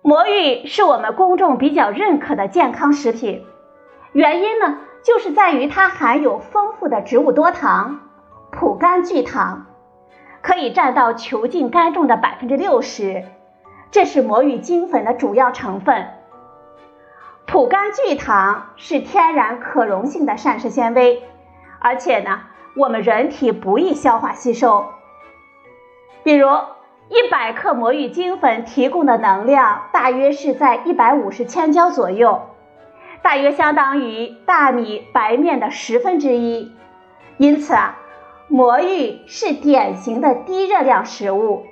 魔芋是我们公众比较认可的健康食品，原因呢，就是在于它含有丰富的植物多糖葡甘聚糖，可以占到球茎干重的 60%， 这是魔芋精粉的主要成分。葡甘聚糖是天然可溶性的膳食纤维，而且呢，我们人体不易消化吸收。比如100克魔芋精粉提供的能量大约是在150千焦左右，大约相当于大米白面的1/10。因此魔芋是典型的低热量食物。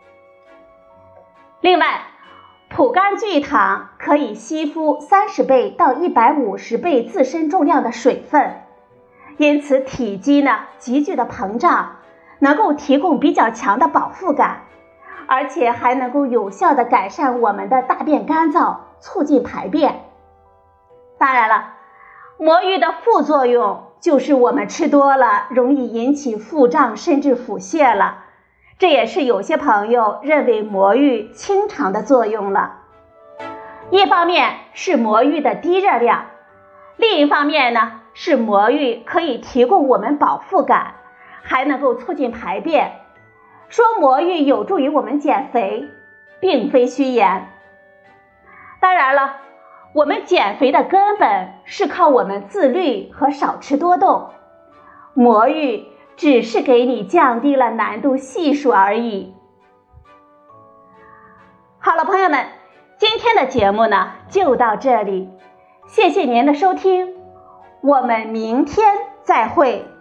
另外，葡甘聚糖可以吸附30倍到150倍自身重量的水分，因此体积呢急剧的膨胀，能够提供比较强的饱腹感，而且还能够有效的改善我们的大便干燥，促进排便。当然了，魔芋的副作用就是我们吃多了容易引起腹胀甚至腹泻了，这也是有些朋友认为魔芋清肠的作用了。一方面是魔芋的低热量，另一方面呢，是魔芋可以提供我们饱腹感，还能够促进排便。说魔芋有助于我们减肥，并非虚言。当然了，我们减肥的根本是靠我们自律和少吃多动，魔芋只是给你降低了难度系数而已。好了，朋友们，今天的节目呢就到这里，谢谢您的收听，我们明天再会。